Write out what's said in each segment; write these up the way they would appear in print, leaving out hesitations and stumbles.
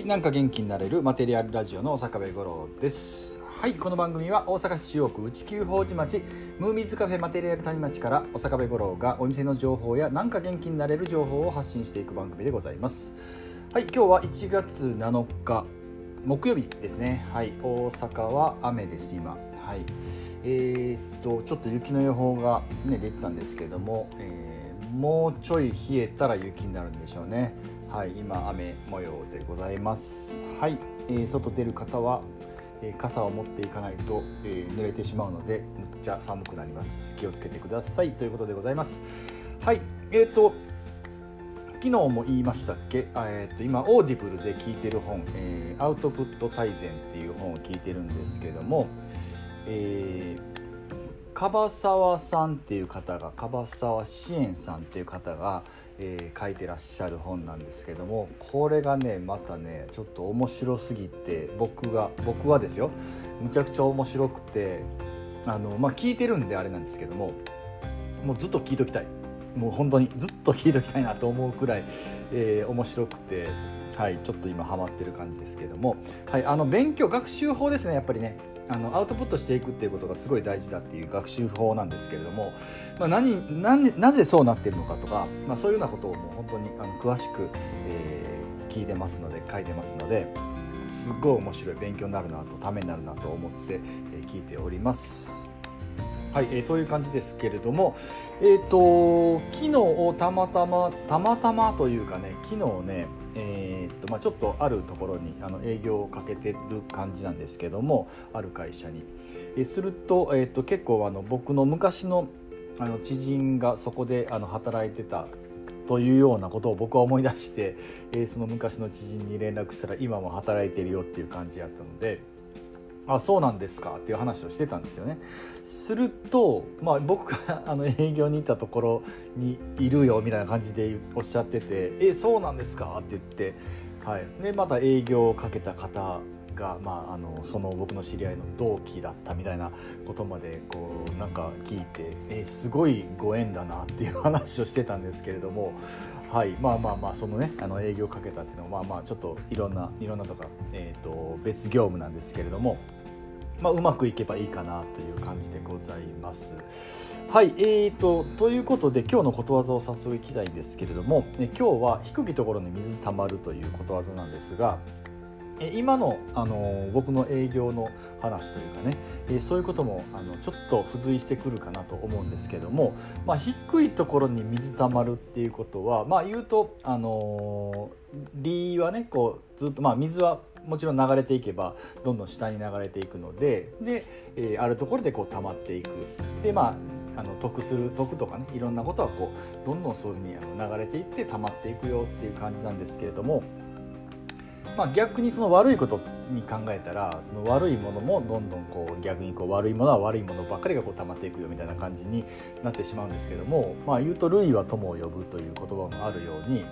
なんか元気になれるマテリアルラジオの坂部五郎です。はい、この番組は大阪市中央区内久宝寺町ムーミンズカフェマテリアル谷町から坂部五郎がお店の情報やなんか元気になれる情報を発信していく番組でございます。はい、今日は1月7日木曜日ですね。はい、大阪は雨です今。はい、ちょっと雪の予報が、出てたんですけれども、もうちょい冷えたら雪になるんでしょうね。はい、今雨模様でございます。はい、外出る方は、傘を持っていかないと、濡れてしまうのでむっちゃ寒くなります。気をつけてくださいということでございます。はい、昨日も言いましたっけ、今オーディブルで聞いてる本、アウトプット大全っていう本を聞いてるんですけども、樺沢さんっていう方が樺沢志円さんっていう方が、書いてらっしゃる本なんですけども、これがねまたねちょっと面白すぎて僕はですよ、むちゃくちゃ面白くて聞いてるんであれなんですけども、もうずっと聞いときたい、もう本当にずっと聞いときたいなと思うくらい、面白くて、はい、ちょっと今ハマってる感じですけども、はい、学習法ですね。やっぱりねアウトプットしていくっていうことがすごい大事だっていう学習法なんですけれども、なぜそうなっているのかとか、そういうようなことをもう本当に詳しく、聞いてますので書いてますので、すごい面白い、勉強になるなと、ためになるなと思って、聞いております。はい、という感じですけれども、昨日たまたまというかね、昨日ね、ちょっとあるところに営業をかけてる感じなんですけども、ある会社に、すると、結構僕の昔の知人がそこで働いてたというようなことを僕は思い出して、その昔の知人に連絡したら今も働いてるよっていう感じだったので、そうなんですかっていう話をしてたんですよね。すると、僕が営業に行ったところにいるよみたいな感じでおっしゃってて、そうなんですかって言って、はい、でまた営業をかけた方が、その僕の知り合いの同期だったみたいなことまでこうなんか聞いて、すごいご縁だなっていう話をしてたんですけれども、はい、そのね営業をかけたっていうのはちょっといろんなとか、別業務なんですけれども、うまくいけばいいかなという感じでございます。はい、ということで今日のことわざを早速いきたいんですけれども、今日は低きところに水たまるということわざなんですが、今の、僕の営業の話というかね、そういうこともちょっと付随してくるかなと思うんですけども、低いところに水たまるっていうことは、言うと理はねこうずっと、水はもちろん流れていけばどんどん下に流れていくので、あるところでこう溜まっていく。で得とかね、いろんなことはこうどんどんそういうふうに流れていって溜まっていくよっていう感じなんですけれども、逆にその悪いことに考えたら、その悪いものもどんどんこう逆にこう悪いものは悪いものばっかりがこう溜まっていくよみたいな感じになってしまうんですけども、言うと類は友を呼ぶという言葉もあるように、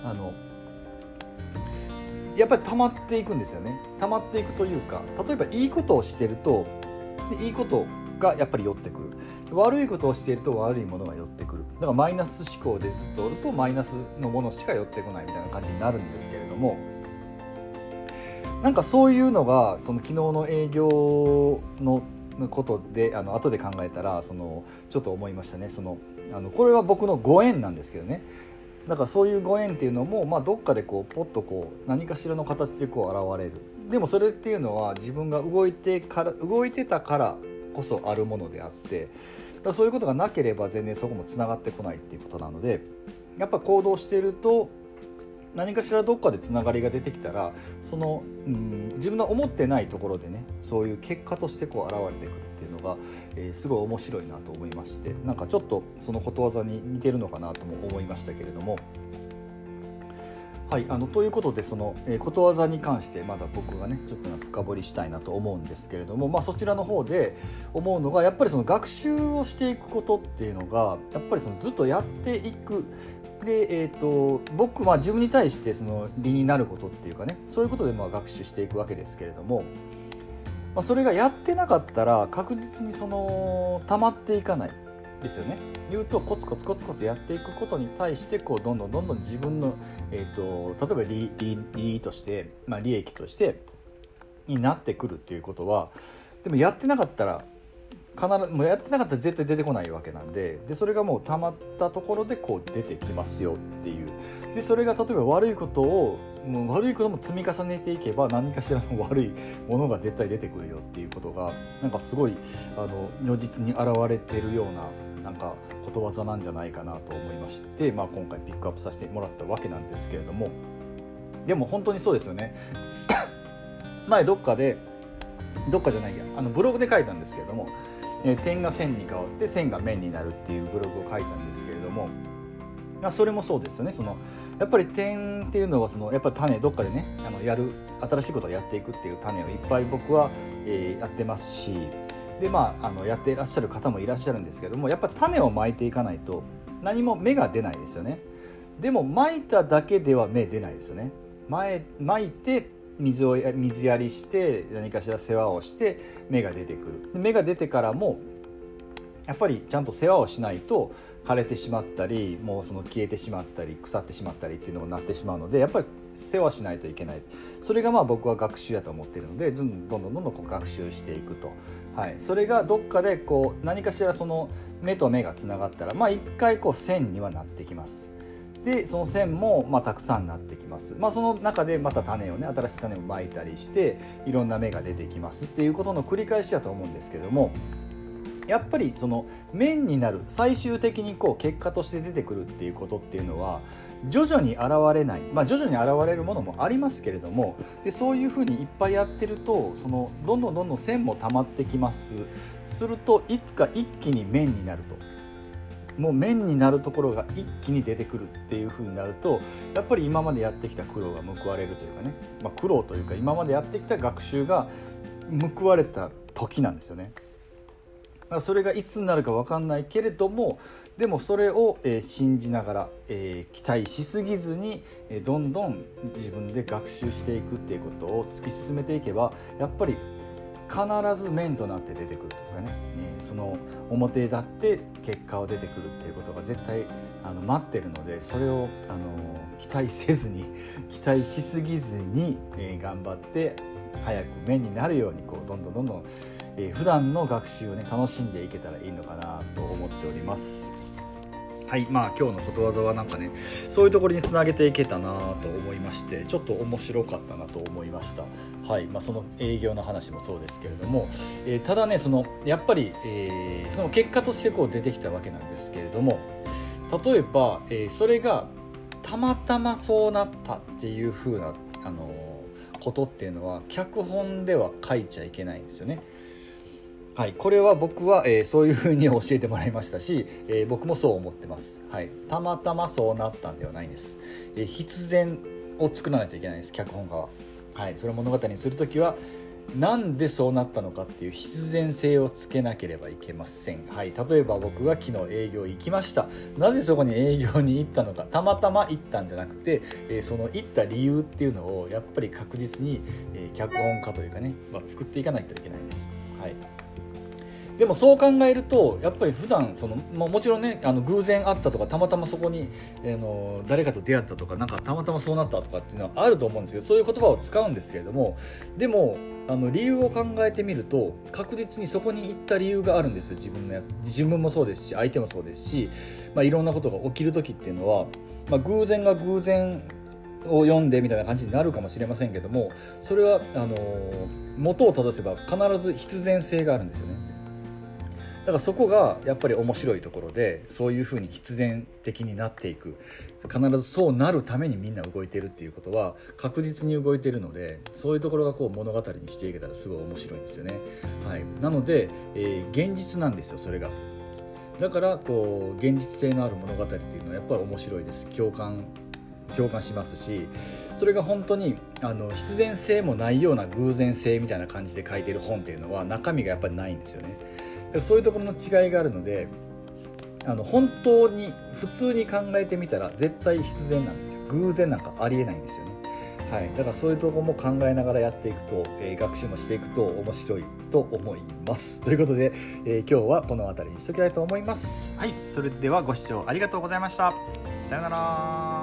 やっぱり溜まっていくんですよね。溜まっていくというか、例えばいいことをしているといいことがやっぱり寄ってくる、悪いことをしていると悪いものが寄ってくる。だからマイナス思考でずっとおるとマイナスのものしか寄ってこないみたいな感じになるんですけれども、なんかそういうのがその昨日の営業のことで後で考えたらちょっと思いましたね。これは僕のご縁なんですけどね。だからそういうご縁っていうのも、どっかでこうポッとこう何かしらの形でこう現れる。でもそれっていうのは自分が動いてたからこそあるものであって、だからそういうことがなければ全然そこもつながってこないっていうことなので、やっぱ行動していると何かしらどっかでつながりが出てきたら、自分の思ってないところでね、そういう結果としてこう現れていくっていうのが、すごい面白いなと思いまして、なんかちょっとそのことわざに似てるのかなとも思いましたけれども、はい、ということでその、ことわざに関してまだ僕がねちょっと深掘りしたいなと思うんですけれども、そちらの方で思うのが、やっぱりその学習をしていくことっていうのがやっぱりそのずっとやっていく。で僕は自分に対してその理になることっていうかね、そういうことで学習していくわけですけれども、それがやってなかったら確実に溜まっていかない。 ですよね。言うとコツコツコツコツやっていくことに対してこうどんどん自分の、例えば利として、利益としてになってくるっていうことは、でもやってなかったらもうやってなかったら絶対出てこないわけなんで、それがもう溜まったところでこう出てきますよっていう。でそれが例えば悪いことも積み重ねていけば何かしらの悪いものが絶対出てくるよっていうことがなんかすごい如実に現れてるようななんかことわざなんじゃないかなと思いまして、今回ピックアップさせてもらったわけなんですけれども、でも本当にそうですよね。前どっかじゃないやブログで書いたんですけれども、点が線に変わって線が面になるっていうブログを書いたんですけれども、それもそうですよね。やっぱり点っていうのはやっぱり種どっかでね新しいことをやっていくっていう種をいっぱい僕は、やってますし、でやっていらっしゃる方もいらっしゃるんですけども、やっぱり種をまいていかないと何も芽が出ないですよね。でもまいただけでは芽出ないですよね。まいて水やりして何かしら世話をして芽が出てくる。芽が出てからもやっぱりちゃんと世話をしないと枯れてしまったりもう消えてしまったり腐ってしまったりっていうのになってしまうので、やっぱり世話しないといけない。それが僕は学習だと思っているので、どんどんこう学習していくと、それがどっかでこう何かしら芽と芽がつながったら一回こう線にはなってきます。でその線もたくさんなってきます。その中でまた種をね新しい種をまいたりしていろんな芽が出てきますっていうことの繰り返しだと思うんですけども、やっぱり面になる最終的にこう結果として出てくるっていうことっていうのは徐々に現れない、徐々に現れるものもありますけれども、でそういうふうにいっぱいやってるとどんどん線も溜まってきます。するといつか一気に面になると、もう面になるところが一気に出てくるっていう風になると、やっぱり今までやってきた苦労が報われるというかね、苦労というか今までやってきた学習が報われた時なんですよね。だからそれがいつになるか分かんないけれども、でもそれを信じながら期待しすぎずにどんどん自分で学習していくっていうことを突き進めていけば、やっぱり必ず面となって出てくるというかね、表立って結果を出てくるっていうことが絶対待ってるので、それを期待せずに期待しすぎずに頑張って早く面になるようにこうどんどん普段の学習をね楽しんでいけたらいいのかなと思っております。はい、今日のことわざはなんかねそういうところにつなげていけたなと思いまして、ちょっと面白かったなと思いました。はい、その営業の話もそうですけれども、ただねやっぱり、その結果としてこう出てきたわけなんですけれども、例えば、それがたまたまそうなったっていう風なことっていうのは脚本では書いちゃいけないんですよね。はい、これは僕は、そういうふうに教えてもらいましたし、僕もそう思ってます。はい、たまたまそうなったんではないんです。必然を作らないといけないです、脚本家は。はい、それを物語にするときはなんでそうなったのかっていう必然性をつけなければいけません。はい、例えば僕が昨日営業行きました。なぜそこに営業に行ったのか、たまたま行ったんじゃなくて、その行った理由っていうのをやっぱり確実に、脚本家というかね、作っていかないといけないです。はい、でもそう考えるとやっぱり普段もちろんね偶然会ったとかたまたまそこに、誰かと出会ったとかなんかたまたまそうなったとかっていうのはあると思うんですけど、そういう言葉を使うんですけれども、でも理由を考えてみると確実にそこに行った理由があるんですよ。自分もそうですし相手もそうですし、いろんなことが起きる時っていうのは、偶然が偶然を読んでみたいな感じになるかもしれませんけども、それは元を正せば必ず必然性があるんですよね。だからそこがやっぱり面白いところで、そういうふうに必然的になっていく、必ずそうなるためにみんな動いてるっていうことは確実に動いてるので、そういうところがこう物語にしていけたらすごい面白いんですよね。はい、なので、現実なんですよそれが。だからこう現実性のある物語っていうのはやっぱり面白いです。共感しますし、それが本当に必然性もないような偶然性みたいな感じで書いている本っていうのは中身がやっぱりないんですよね。だからそういうところの違いがあるので、本当に普通に考えてみたら絶対必然なんですよ。偶然なんかありえないんですよね。 はい、だからそういうところも考えながらやっていくと、学習もしていくと面白いと思います。ということで、今日はこの辺りにしときたいと思います。はい、それではご視聴ありがとうございました。さようなら。